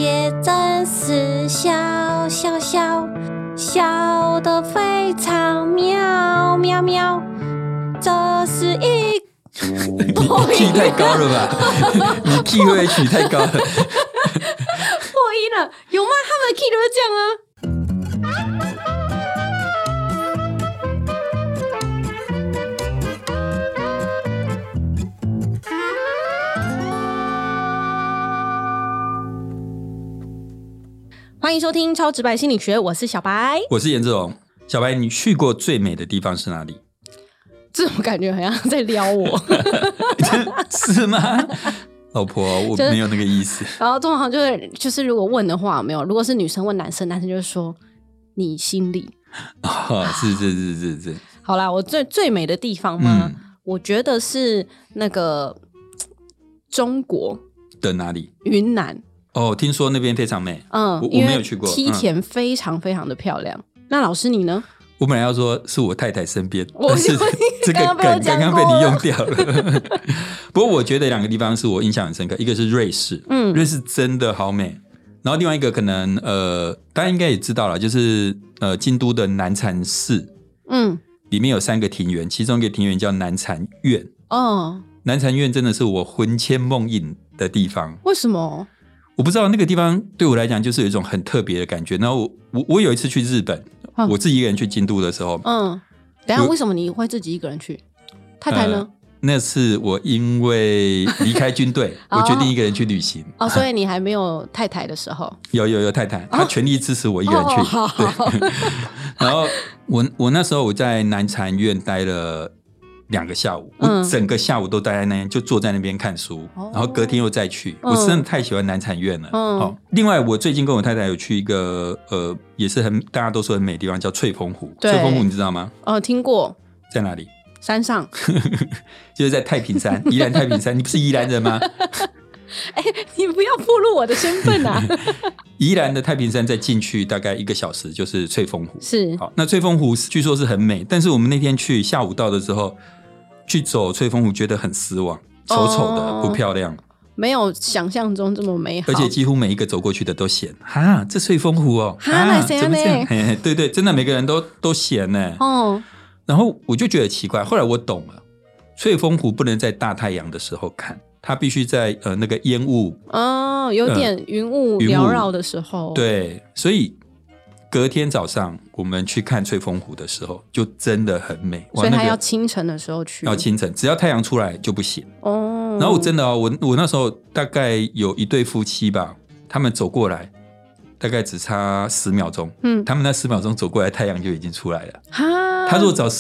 姐真是笑笑笑，笑得非常妙妙妙。这是一你 key 太高了吧？你 key 会不会取太高了？ 破音了，有吗？他们的 key 都是这样啊。欢迎收听超直白心理学，我是小白， 我是颜志龙。小白，你去过最美的地方是哪里？ 这种感觉好像在撩我。 是吗？老婆，我没有那个意思。 然后通常就是如果问的话，没有，如果是女生问男生，男生就会说你心里。 哦，是。 好啦，我最美的地方嘛，我觉得是那个中国的哪里？ 云南。 哦，听说那边非常美。我没有去过。 梯田非常非常的漂亮。那老师你呢？ 我本来要说是我太太身边，但是这个梗刚刚被你用掉了。不过我觉得两个地方是我印象很深刻，一个是瑞士，瑞士真的好美。然后另外一个可能大家应该也知道了，就是京都的南禅寺，里面有3个庭园，其中一个庭园叫南禅院。哦，南禅院真的是我魂牵梦萦的地方。 为什么？ 我不知道，那个地方对我来讲就是有一种很特别的感觉。然后我有一次去日本，我自己一个人去京都的时候， 等一下为什么你会自己一个人去？太太呢？ 那次我因为离开军队，我决定一个人去旅行。 所以你还没有太太的时候？有太太，她全力支持我一个人去。对。然后我那时候我在南禅院待了2个下午，我整个下午都待在那边，就坐在那边看书，然后隔天又再去。我真的太喜欢南禅院了。另外我最近跟我太太有去一个也是大家都说很美的地方，叫翠峰湖。翠峰湖你知道吗？ 听过。 在哪里？ 山上。 就是在太平山，宜兰太平山。你不是宜兰人吗？ 你不要暴露我的身份啊！ 宜兰的太平山再进去大概1个小时就是翠峰湖。 是。 好，那翠峰湖据说是很美，但是我们那天去下午到的时候去走翠峰湖，觉得很失望，丑丑的，不漂亮， 没有想象中这么美好， 而且几乎每一个走过去的都嫌哈，这翠峰湖哦， 怎么这样？ 对，真的每个人都嫌呢。然后我就觉得奇怪，后来我懂了，翠峰湖不能在大太阳的时候看，它必须在那个烟雾有点云雾缭绕的时候。 对，所以隔天早上我们去看翠峰湖的时候，就真的很美。 所以它要清晨的时候去。 要清晨，只要太阳出来就不行。然后我真的我那时候大概有一对夫妻吧，他们走过来。大概只差10秒钟，他们那10秒钟走过来，太阳就已经出来了。他如果早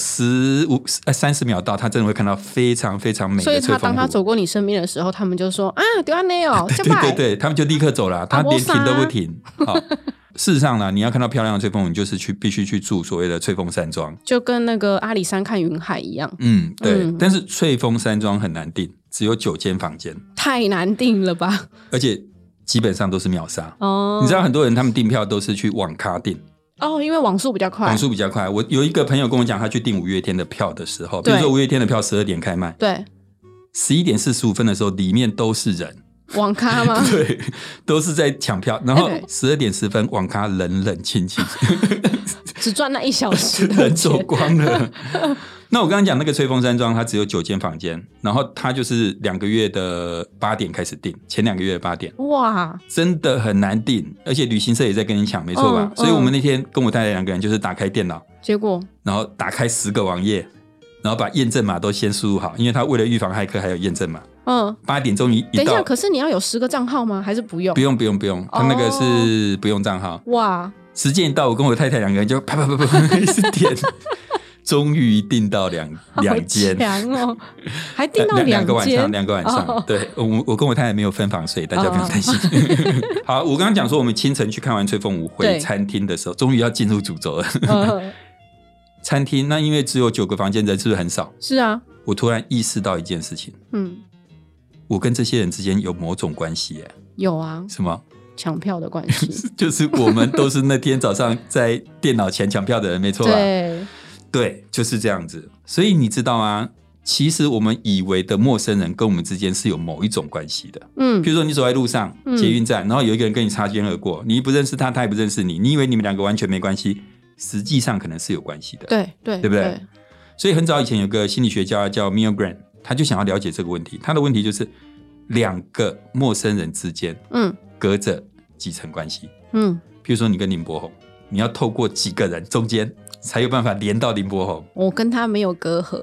30秒到，他真的会看到非常非常美的翠峰湖。 所以当他走过你身边的时候，他们就说对啊，那哦， 对，他们就立刻走了，他连停都不停。好，事实上呢，你要看到漂亮的翠峰湖，你就是必须去住所谓的翠峰山庄， 就跟那个阿里山看云海一样。 对。但是翠峰山庄很难订，只有9间房间， 太难订了吧？ 而且基本上都是秒杀。你知道很多人他们订票都是去网咖订。 因为网速比较快。 我有一个朋友跟我讲，他去订5月天的票的时候，比如说5月天的票12点开卖， 对 ，11点45分的时候里面都是人。 网咖吗？ 对，都是在抢票，然后12点10分网咖冷清， 只赚那1小时的钱， 人走光了。那我刚刚讲那个翠峰山庄，它只有9间房间，然后它就是2个月的8点开始订，前2个月的8点，哇，真的很难订，而且旅行社也在跟你抢，没错吧？所以我们那天跟我太太2个人就是打开电脑， 结果然后打开10个网页，然后把验证码都先输入好，因为他为了预防骇客还有验证码。8点钟一到。 等一下，可是你要有10个账号吗？还是不用？ 不用，他那个是不用账号。哇！时间一到，我跟我太太2个人就啪一直点。终于订到2间， 好强哦！还订到2间 ，2个晚上。对，我跟我太太没有分房睡，大家不用担心。好，我刚刚讲说，我们清晨去看完翠峰湖回餐厅的时候，终于要进入主轴了。餐厅那因为只有9个房间，人是不是很少？ 是啊。 我突然意识到一件事情，我跟这些人之间有某种关系耶。 有啊。 什么？ 抢票的关系。 就是我们都是那天早上在电脑前抢票的人，没错吧？ 对， 就是这样子。所以你知道吗？ 其实我们以为的陌生人跟我们之间是有某一种关系的。比如说你走在路上，捷运站，然后有一个人跟你擦肩而过，你不认识他，他也不认识你，你以为你们两个完全没关系，实际上可能是有关系的。 对不对？所以很早以前有个心理学家叫 Milgram， 他就想要了解这个问题。他的问题就是两个陌生人之间隔着几层关系。比如说你跟林柏宏，你要透过几个人中间才有办法连到林柏宏。 我跟他没有隔阂。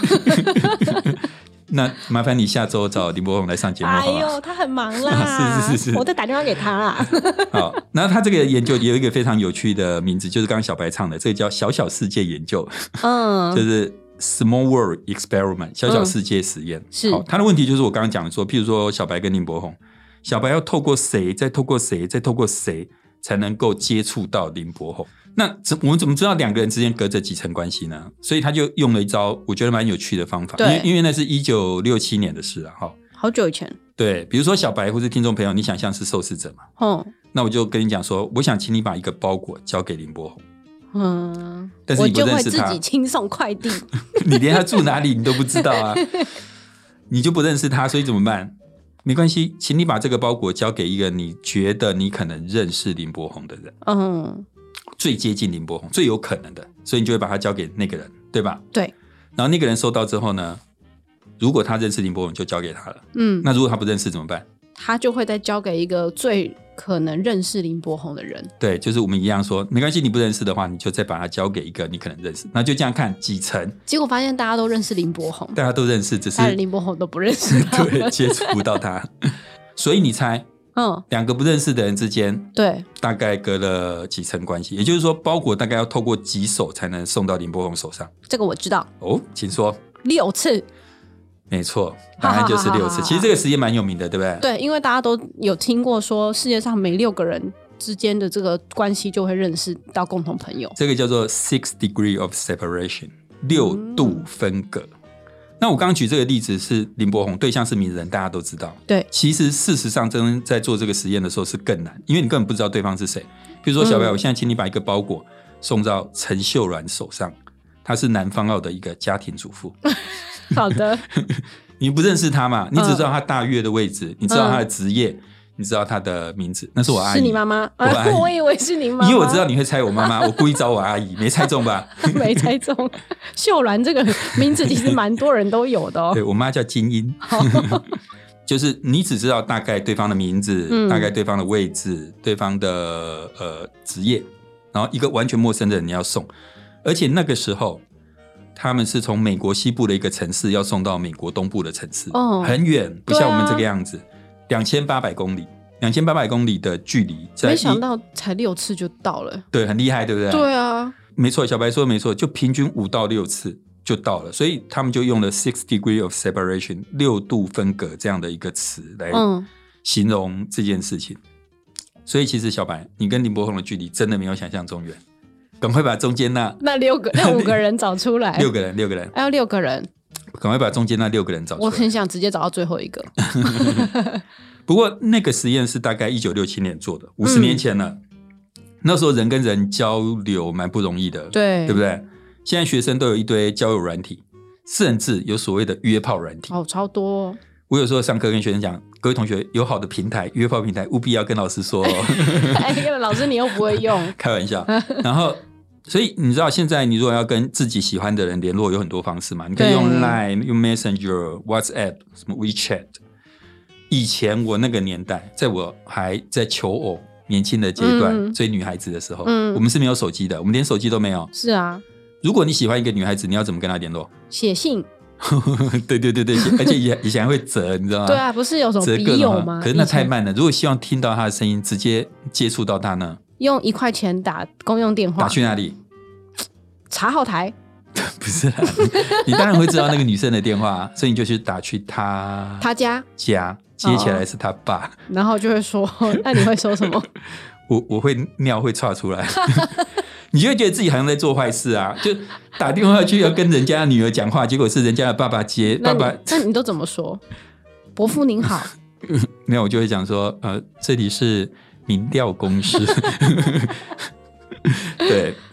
那麻烦你下周找林柏宏来上节目好吗？ 哎呦，他很忙啦。是，我再打电话给他啦。 好，然后他这个研究也有一个非常有趣的名字，就是刚刚小白唱的，这个叫小小世界研究。就是 Small World Experiment， 小小世界实验。是，好，他的问题就是我刚刚讲的说，譬如说小白跟林柏宏，小白要透过谁，再透过谁，再透过谁，才能够接触到林柏宏。那我们怎么知道两个人之间隔着几层关系呢？所以他就用了一招我觉得蛮有趣的方法。因为那是1967年的事啊。 好久以前。对， 比如说小白或是听众朋友，你想象是受试者嘛？那我就跟你讲说，我想请你把一个包裹交给林柏宏。但是你不认识他， 我就会自己亲送快递。 你连他住哪里你都不知道啊。你就不认识他，所以怎么办？没关系，请你把这个包裹交给一个你觉得你可能认识林柏宏的人。最接近林柏宏，最有可能的，所以你就会把它交给那个人，对吧？ 对。 然后那个人收到之后呢，如果他认识林柏宏，就交给他了。那如果他不认识怎么办？ 他就会再交给一个最可能认识林柏宏的人。 对，就是我们一样说，没关系，你不认识的话，你就再把它交给一个你可能认识。那就这样看几层，结果发现大家都认识林柏宏， 大家都认识，只是林柏宏都不认识他。 对，接触不到他。所以你猜？两个不认识的人之间，对，大概隔了几层关系，也就是说，包裹大概要透过几手才能送到林柏宏手上。 这个我知道。 请说。 6次。 没错，答案就是6次。其实这个实验蛮有名的，对不对？ 对，因为大家都有听过说，世界上每6个人之间的这个关系就会认识到共同朋友。 这个叫做 6 degree of separation， 6度分隔。那我刚刚举这个例子是林柏宏，对象是名人，大家都知道。对，其实事实上真的在做这个实验的时候是更难，因为你根本不知道对方是谁。比如说小白，我现在请你把一个包裹送到陈秀銮手上，她是南方澳的一个家庭主妇。 好的。 你不认识她嘛？你只知道她大约的位置，你知道她的职业，你知道她的名字，那是我阿姨。 是你妈妈？我以为是你妈妈。 因为我知道你会猜我妈妈，我故意找我阿姨，没猜中吧？ 没猜中。秀銮这个名字其实蛮多人都有的。 对，我妈叫金英。就是你只知道大概对方的名字，大概对方的位置，对方的职业，然后一个完全陌生的人你要送，而且那个时候他们是从美国西部的一个城市要送到美国东部的城市，很远，不像我们这个样子。2800公里，2800公里的距离， 没想到才6次就到了。 对，很厉害，对不对？ 对啊， 没错，小白说的没错，就平均5到6次就到了，所以他们就用了 6 degree of separation， 6度分隔这样的一个词来形容这件事情。所以其实小白，你跟林柏宏的距离真的没有想象中远，赶快把中间那 5个人找出来。 6个人， 还有6个人， 赶快把中间那6个人找出来。 我很想直接找到最后一个。 不过那个实验是大概1967年做的，50年前了。那时候人跟人交流蛮不容易的，对不对？现在学生都有一堆交友软体，甚至有所谓的约炮软体， 超多。 我有时候上课跟学生讲，各位同学，有好的平台，约炮平台，务必要跟老师说哦。 老师你又不会用， 开玩笑。然后，所以你知道，现在你如果要跟自己喜欢的人联络，有很多方式嘛，你可以用 Line、用 Messenger、WhatsApp、什么 WeChat。以前我那个年代，在我还在求偶年轻的阶段，追女孩子的时候，我们是没有手机的，我们连手机都没有。 是啊。 如果你喜欢一个女孩子，你要怎么跟她联络？ 写信。 对，而且以前还会折，你知道吗？ 对啊，不是有什么笔友吗？ 可是那太慢了。如果希望听到她的声音，直接接触到她呢？ 用1块钱打公用电话。 打去哪里？ 查号台。 不是啦，你当然会知道那个女生的电话，所以你就去打去她家， 接起来是她爸， 然后就会说，那你会说什么？ 我会尿会岔出来。你就会觉得自己好像在做坏事啊，就打电话去要跟人家的女儿讲话，结果是人家的爸爸接。爸爸， 那你都怎么说？伯父您好。 没有，我就会讲说，这里是民调公司。对，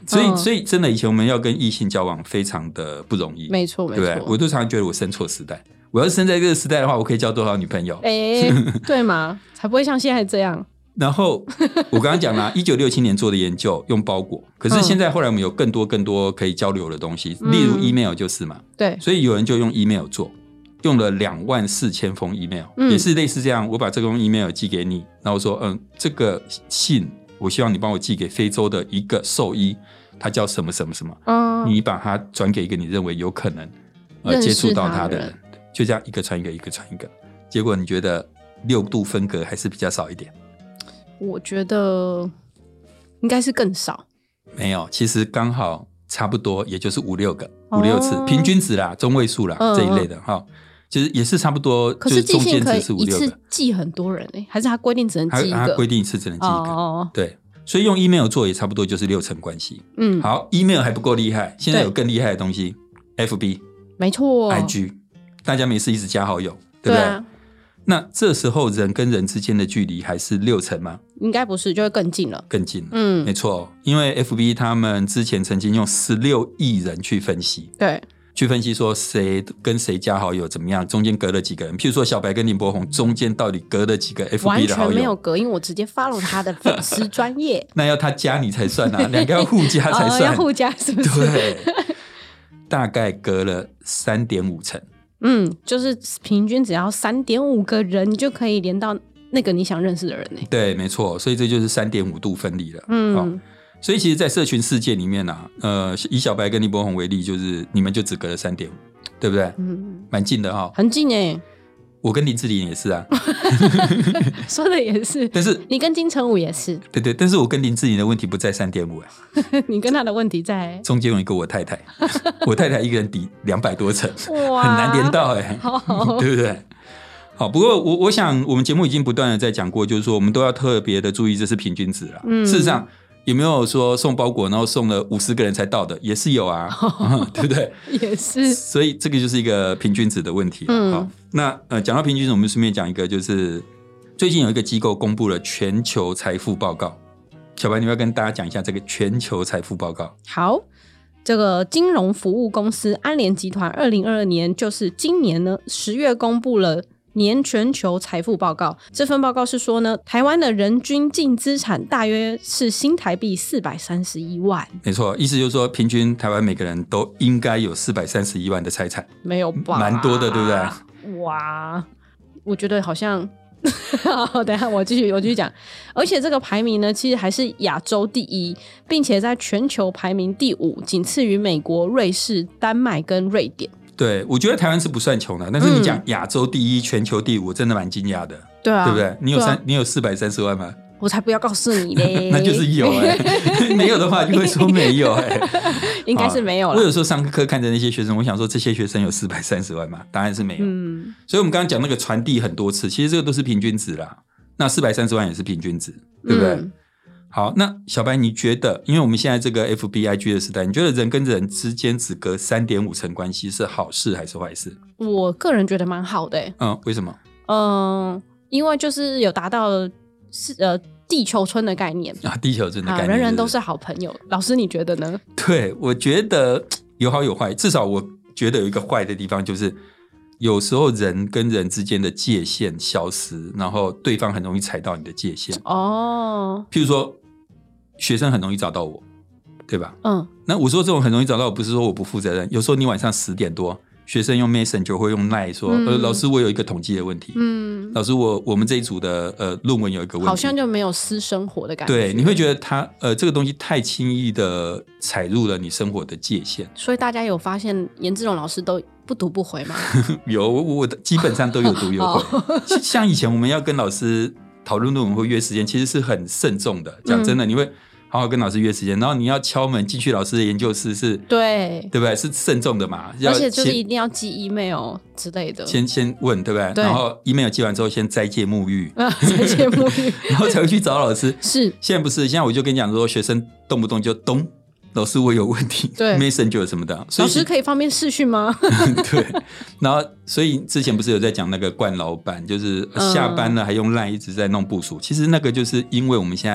所以真的以前我们要跟异性交往非常的不容易， 没错没错， 我都常常觉得我生错时代，我要是生在这个时代的话，我可以交多少女朋友？ 对嘛，才不会像现在这样。 然后我刚刚讲了1967年做的研究用包裹，可是现在后来我们有更多可以交流的东西，例如 email 就是嘛， 对， 所以有人就用 email 做，用了24000封 email，也是类似这样，我把这封 email 寄给你，然后说这个信我希望你帮我寄给非洲的一个兽医，他叫什么什么什么，你把他转给一个你认为有可能接触到他的人，就这样一个传一个，一个传一个，结果你觉得6度分隔还是比较少一点？ 我觉得应该是更少。 没有，其实刚好差不多，也就是5、6次，平均值啦，中位数啦，这一类的哈。就是也是差不多， 可是寄信可以 5、6个， 一次寄很多人还是他规定只能寄一个？ 他规定一次只能寄一个，对，所以用 email 做也差不多就是6层关系。好 ，email 还不够厉害，现在有更厉害的东西 ，FB， 没错 ，IG， 大家没事一直加好友，对不对？那这时候人跟人之间的距离还是6层吗？ 应该不是，就会更近了。 更近了，没错，因为 FB 他们之前曾经用16亿人去分析， 对。 去分析说谁跟谁加好友怎么样，中间隔了几个人，譬如说小白跟林柏宏中间到底隔了几个 FB 的好友？ 完全没有隔，因为我直接 follow 他的粉丝专页。 那要他加你才算啊，两个要互加才算， 要互加是不是？ 对，大概隔了3.5层。 就是平均只要3.5个人，你就可以连到那个你想认识的人欸。对， 没错，所以这就是3.5度分离了。所以其实在社群世界里面啊，以小白跟林柏宏为例，就是你们就只隔了3.5，对不对？蛮近的哈， 很近欸。 我跟林志玲也是啊， 说的也是， 但是你跟金城武也是， 对，但是我跟林志玲的问题不在3.5 你跟他的问题在中间有一个我太太，我太太一个人抵200多层，很难连到对不对？好，不过我想我们节目已经不断的在讲过，就是说我们都要特别的注意，这是平均值啦。事实上有没有说送包裹然后送了50个人才到的，也是有啊，对不对？ 也是， 所以这个就是一个平均值的问题。好，那讲到平均值，我们顺便讲一个，就是最近有一个机构公布了全球财富报告。小白，你要跟大家讲一下这个全球财富报告。 好，这个金融服务公司安联集团2022年，就是今年呢10月公布了年全球财富报告。这份报告是说呢，台湾的人均净资产大约是新台币431万。 没错，意思就是说平均台湾每个人都应该有431万的财产。 没有吧？ 蛮多的，对不对？ 哇，我觉得好像好，等一下我继续讲。而且这个排名呢，其实还是亚洲第一，并且在全球排名第5，仅次于美国、瑞士、丹麦跟瑞典。 对，我觉得台湾是不算穷的，但是你讲亚洲第一、全球第5，真的蛮惊讶的。 对啊， 对不对？你有430万吗？ 我才不要告诉你嘞。 那就是有没有的话就会说没有应该是没有啦。 我有时候上课看着那些学生，我想说这些学生有430万吗？答案是没有。所以我们刚刚讲那个传递很多次，其实这个都是平均值啦。那430万也是平均值，对不对？好，那小白你觉得，因为我们现在这个 FBIG 的时代，你觉得人跟人之间只隔3.5层关系是好事还是坏事？ 我个人觉得蛮好的为什么？ 因为就是有达到地球村的概念啊，地球村的概念， 人人都是好朋友。老师你觉得呢？ 对，我觉得有好有坏，至少我觉得有一个坏的地方，就是有时候人跟人之间的界限消失，然后对方很容易踩到你的界限。譬如说学生很容易找到我，对吧？那我说这种很容易找到我，不是说我不负责任，有时候你晚上10点多学生用 Messenger 会用 LINE 说老师我有一个统计的问题，老师我们这一组的论文有一个问题， 好像就没有私生活的感觉。 对，你会觉得他这个东西太轻易的踩入了你生活的界限。 所以大家有发现颜志龙老师都不读不回吗？ 有，我基本上都有读有回。像以前我们要跟老师讨论论文或约时间，其实是很慎重的。讲真的，你会好好跟老师约时间，然后你要敲门进去老师的研究室是，对不对？是慎重的嘛？ 而且就是一定要寄 email 之类的， 先问对不对？然后 email 寄完之后，先斋戒沐浴， 斋戒沐浴， 然后才会去找老师。 是， 现在不是，现在我就跟你讲说，学生动不动就咚，老师我有问题，对 ，Messenger 什么的， 老师可以方便视讯吗？ 对，然后所以之前不是有在讲那个冠老板，就是下班了还用 LINE 一直在弄部署，其实那个就是因为我们现在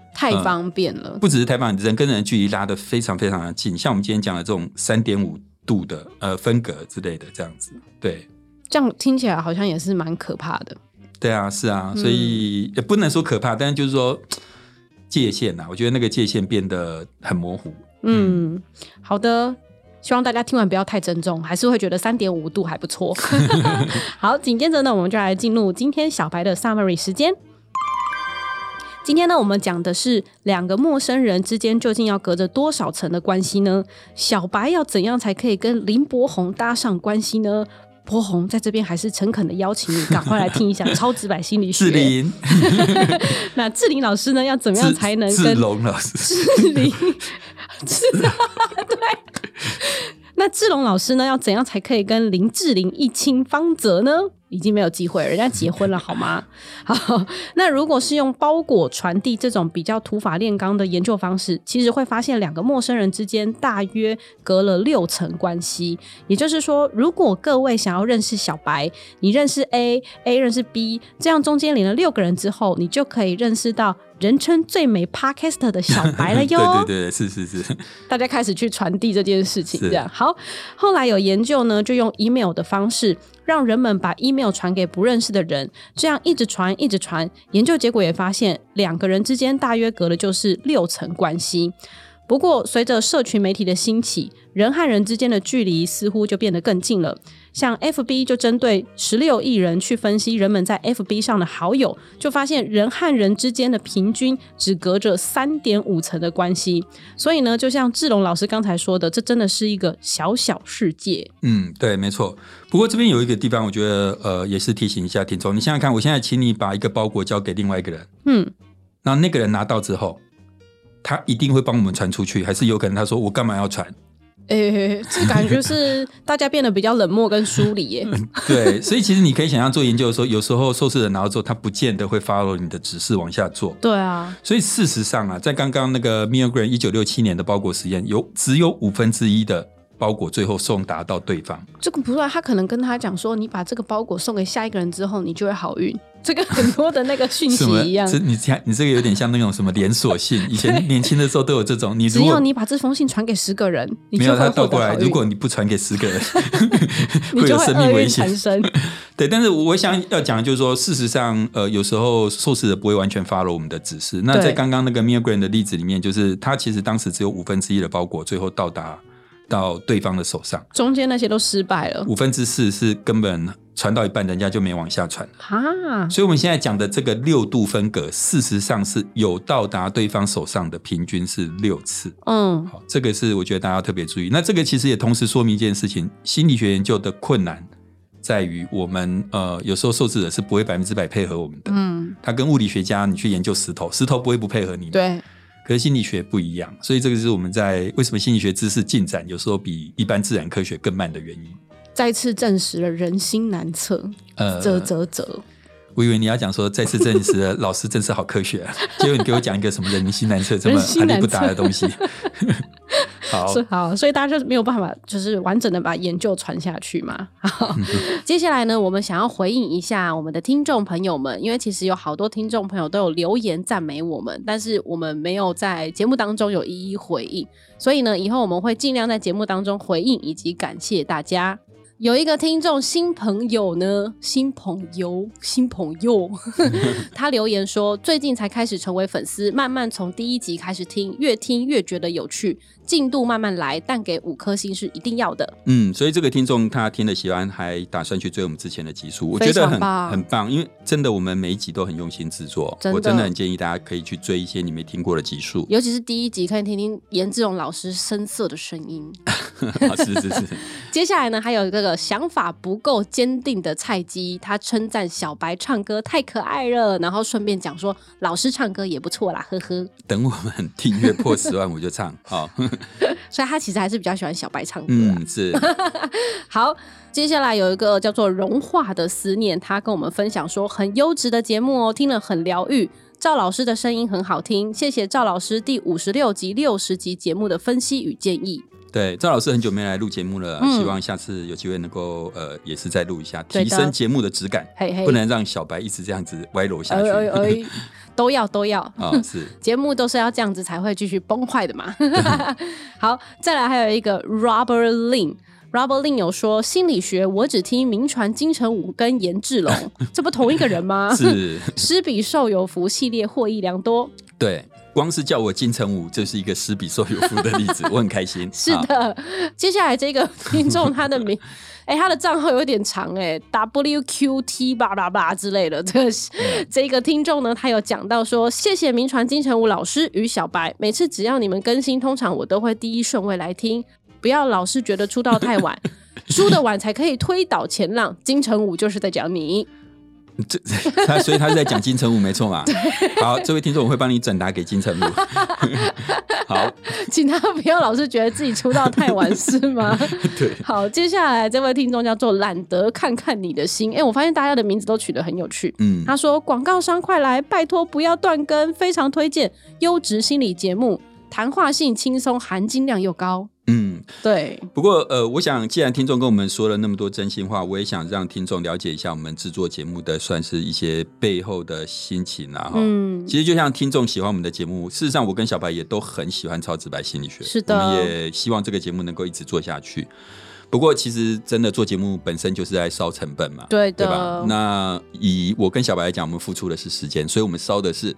太方便了， 不只是太方便，人跟人的距离拉得非常非常的近，像我们今天讲的这种3.5度的分隔之类的这样子，对， 这样听起来好像也是蛮可怕的。 对啊，是啊，所以也不能说可怕，但是就是说界限啊，我觉得那个界限变得很模糊。 好的，希望大家听完不要太珍重，还是会觉得3.5度还不错。好，紧接着呢，我们就来进入今天小白的 summary 时间。今天呢，我们讲的是两个陌生人之间究竟要隔着多少层的关系呢？小白要怎样才可以跟林柏宏搭上关系呢？柏宏在这边还是诚恳的邀请你赶快来听一下超直白心理学。 志玲那志玲老师呢，要怎么样才能跟志龙老师志玲对，那志龙老师呢，要怎样才可以跟林志玲一亲芳泽呢？已经没有机会了，人家结婚了好吗？好，那如果是用包裹传递这种比较土法炼钢的研究方式，其实会发现两个陌生人之间大约隔了6层关系。也就是说，如果各位想要认识小白，你认识 A 认识 B， 这样中间连了6个人之后，你就可以认识到人称最美 Podcaster 的小白了哟。 对，是， 大家开始去传递这件事情，这样好。后来有研究呢，就用 email 的方式，让人们把 email 传给不认识的人，这样一直传。研究结果也发现，2个人之间大约隔的就是6层关系。不过随着社群媒体的兴起，人和人之间的距离似乎就变得更近了。像 FB 就针对16亿人去分析人们在 FB 上的好友，就发现人和人之间的平均只隔着 3.5 层的关系。所以呢，就像志龙老师刚才说的，这真的是一个小小世界。 对，没错。不过这边有一个地方我觉得也是提醒一下听众，你想想看，我现在请你把一个包裹交给另外一个人，然后那个人拿到之后，他一定会帮我们传出去，还是有可能他说我干嘛要传？ 这感觉是大家变得比较冷漠跟疏离耶。 对，所以其实你可以想象做研究的时候，有时候受试人拿到之后，他不见得会 follow 你的指示往下做。 对啊， 所以事实上啊，在刚刚那个 Milgram 1967年的包裹实验，只有1/5的包裹最后送达到对方。 这个不是，他可能跟他讲说，你把这个包裹送给下一个人之后，你就会好运。这个很多的那个讯息一样。 你这个有点像那种什么连锁信，以前年轻的时候都有这种。只要你把这封信传给10个人，你就会获得好运。 没有，他倒过来，如果你不传给10个人， 会有生命危险产生。 对，但是我想要讲的就是说，事实上，有时候受试者不会完全 follow 我们的指示。那在刚刚那个 Milgram 的例子里面，就是他其实当时只有1/5的包裹最后到达到对方的手上， 中间那些都失败了。 4/5是根本传到一半，人家就没往下传了。 所以我们现在讲的这个6度分隔，事实上是有到达对方手上的，平均是6次。好，这个是我觉得大家要特别注意。那这个其实也同时说明一件事情：心理学研究的困难在于我们有时候受试者是不会100%配合我们的。他跟物理学家你去研究石头不会不配合你。 对。 可是心理学不一样，所以这个是我们在为什么心理学知识进展有时候比一般自然科学更慢的原因。 再次证实了人心难测， 我以为你要讲说再次证实了老师真是好科学啊，结果你给我讲一个什么人心难测这么阿里不达的东西。 好，所以大家就没有办法就是完整的把研究传下去嘛。好，接下来呢，我们想要回应一下我们的听众朋友们，因为其实有好多听众朋友都有留言赞美我们，但是我们没有在节目当中有一一回应，所以呢，以后我们会尽量在节目当中回应以及感谢大家。有一个听众新朋友他留言说最近才开始成为粉丝，慢慢从第1集开始听，越听越觉得有趣，进度慢慢来，但给5颗星是一定要的。 所以这个听众他听了喜欢，还打算去追我们之前的集数，我觉得很棒，因为真的我们每一集都很用心制作，我真的很建议大家可以去追一些你没听过的集数， 尤其是第1集可以听听颜志荣老师深色的声音。 是。 接下来呢，还有一个想法不够坚定的菜鸡，他称赞小白唱歌太可爱了，然后顺便讲说老师唱歌也不错啦，呵呵。 等我们订阅破10万我就唱。好， 所以他其实还是比较喜欢小白唱歌。 是。 好，接下来有一个叫做融化的思念，他跟我们分享说很优质的节目哦，听了很疗愈，赵老师的声音很好听，谢谢赵老师第56集60集节目的分析与建议。 对，赵老师很久没来录节目了，希望下次有机会能够也是再录一下，提升节目的质感，不能让小白一直这样子歪楼下去。 都要是节目都是要这样子才会继续崩坏的嘛。好，再来还有一个 Robert Lin有说心理学我只听名传金城武跟颜志龙，这不同一个人吗？ 是施比受有福系列获益良多。 对，光是叫我金城武就是一个施比受有福的例子，我很开心。 是的，接下来这个听众他的名他的账号有点长WQT 吧啦吧之类的。这个听众呢，他有讲到说，谢谢名传金城武老师与小白，每次只要你们更新，通常我都会第一顺位来听，不要老是觉得出道太晚，输得晚才可以推倒前浪。金城武就是在讲你。 所以他是在讲金城武没错嘛。好，这位听众我会帮你转达给金城武。好， 请他不要老是觉得自己出道太晚是吗？ 对。 好，接下来这位听众叫做懒得看看你的心。我发现大家的名字都取得很有趣。他说广告商快来，拜托不要断更，非常推荐优质心理节目，谈话性轻松，含金量又高。对。 不过我想既然听众跟我们说了那么多真心话，我也想让听众了解一下我们制作节目的算是一些背后的心情啊。其实就像听众喜欢我们的节目，事实上我跟小白也都很喜欢超直白心理学。 是的， 我们也希望这个节目能够一直做下去。不过其实真的做节目本身就是在烧成本嘛， 对的， 对吧？那以我跟小白来讲，我们付出的是时间，所以我们烧的是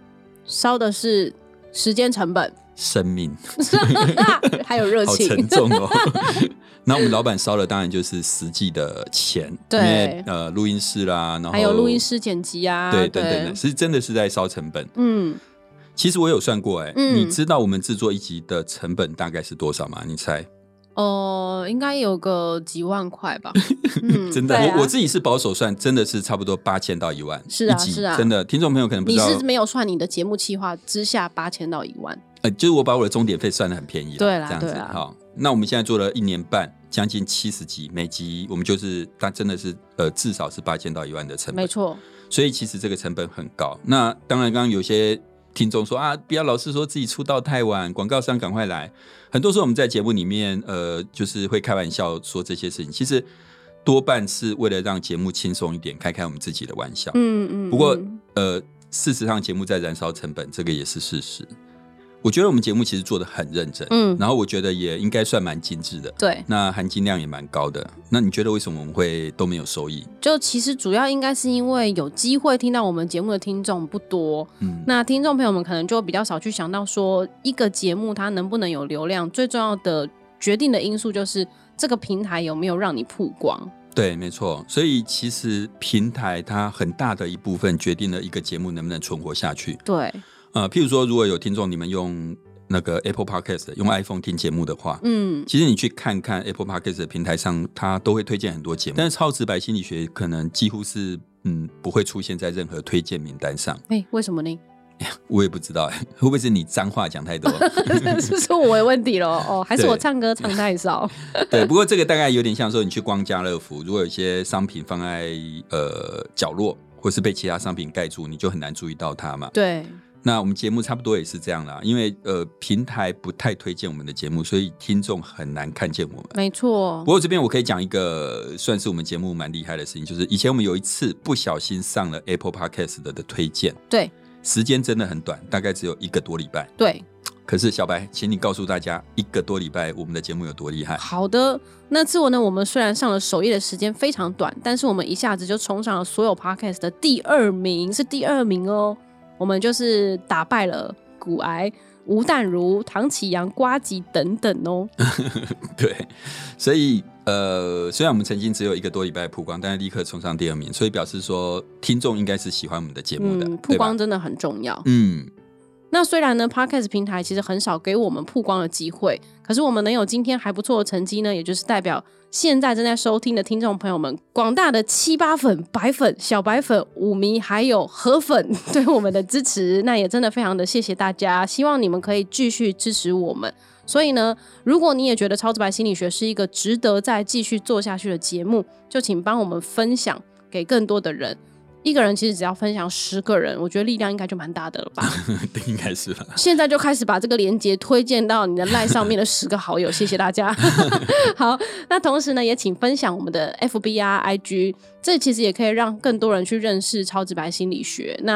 时间成本、 生命还有热情， 好沉重哦。那我们老板烧了当然就是实际的钱， 对， 因为录音室啦，然后还有录音师剪辑啊， 对等等的，是真的是在烧成本。其实我有算过你知道我们制作一集的成本大概是多少吗？你猜？ 应该有个几万块吧。 真的，我自己是保守算，真的是差不多8000到1万。 是啊，是啊， 真的，听众朋友可能不知道， 你是没有算你的节目企划之下8000到1万。 就是我把我的钟点费算得很便宜啦， 对啦， 这样子。 对啦。 好，那我们现在做了1年半，将近70集，每集我们就是它真的是至少是8000到1万的成本， 没错。 所以其实这个成本很高。那当然，刚刚有些听众说啊，不要老是说自己出道太晚，广告商赶快来。很多时候我们在节目里面就是会开玩笑说这些事情，其实多半是为了让节目轻松一点，开我们自己的玩笑。不过事实上节目在燃烧成本，这个也是事实。我觉得我们节目其实做得很认真，然后我觉得也应该算蛮精致的， 对， 那含金量也蛮高的。那你觉得为什么我们会都没有收益？ 就其实主要应该是因为有机会听到我们节目的听众不多，那听众朋友们可能就比较少去想到说一个节目它能不能有流量，最重要的决定的因素就是这个平台有没有让你曝光。 对，没错。所以其实平台它很大的一部分决定了一个节目能不能存活下去。 对。 譬如说如果有听众你们用那个 Apple Podcast 用 iPhone 听节目的话，其实你去看看 Apple Podcast 的平台上它都会推荐很多节目，但是超直白心理学可能几乎是不会出现在任何推荐名单上。 为什么呢？ 我也不知道会不会是你脏话讲太多是说我有问题了还是我唱歌唱太少？ 对，不过这个大概有点像说你去逛家乐福，如果有一些商品放在角落或是被其他商品盖住，你就很难注意到它嘛。 对， 那我们节目差不多也是这样啦，因为平台不太推荐我们的节目，所以听众很难看见我们。 没错。 不过这边我可以讲一个算是我们节目蛮厉害的事情，就是以前我们有一次不小心上了 Apple Podcast 的推荐， 对， 时间真的很短，大概只有1个多礼拜。 对。 可是小白，请你告诉大家1个多礼拜我们的节目有多厉害。 好的，那次呢，我们虽然上了首页的时间非常短，但是我们一下子就冲上了所有 Podcast 的第2名，是第2名哦。我们就是打败了股癌、吴淡如、唐启阳、呱吉等等哦。 对，所以虽然我们曾经只有1个多礼拜曝光，但是立刻冲上第2名，所以表示说听众应该是喜欢我们的节目的。 曝光真的很重要。那虽然呢 Podcast 平台其实很少给我们曝光的机会，可是我们能有今天还不错的成绩呢，也就是代表现在正在收听的听众朋友们，广大的7-8粉、白粉、小白粉、五迷还有河粉对我们的支持，那也真的非常的谢谢大家，希望你们可以继续支持我们。所以呢，如果你也觉得超直白心理学是一个值得再继续做下去的节目，就请帮我们分享给更多的人。一个人其实只要分享10个人，我觉得力量应该就蛮大的了吧。 应该是吧。 现在就开始把这个连结推荐到你的 LINE 上面的10个好友，谢谢大家。好，那同时呢，也请分享我们的 FB 啊 IG， 这其实也可以让更多人去认识超直白心理学。那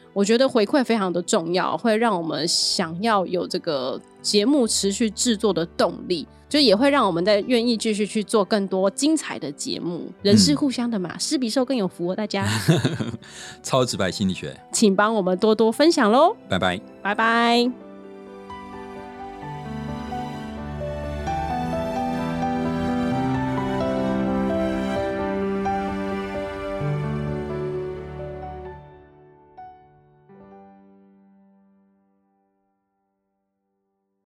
我觉得回馈非常的重要，会让我们想要有这个节目持续制作的动力，就也会让我们再愿意继续去做更多精彩的节目。人是互相的嘛，施比受更有福哦，大家超直白心理学， 请帮我们多多分享咯， 拜拜， 拜拜。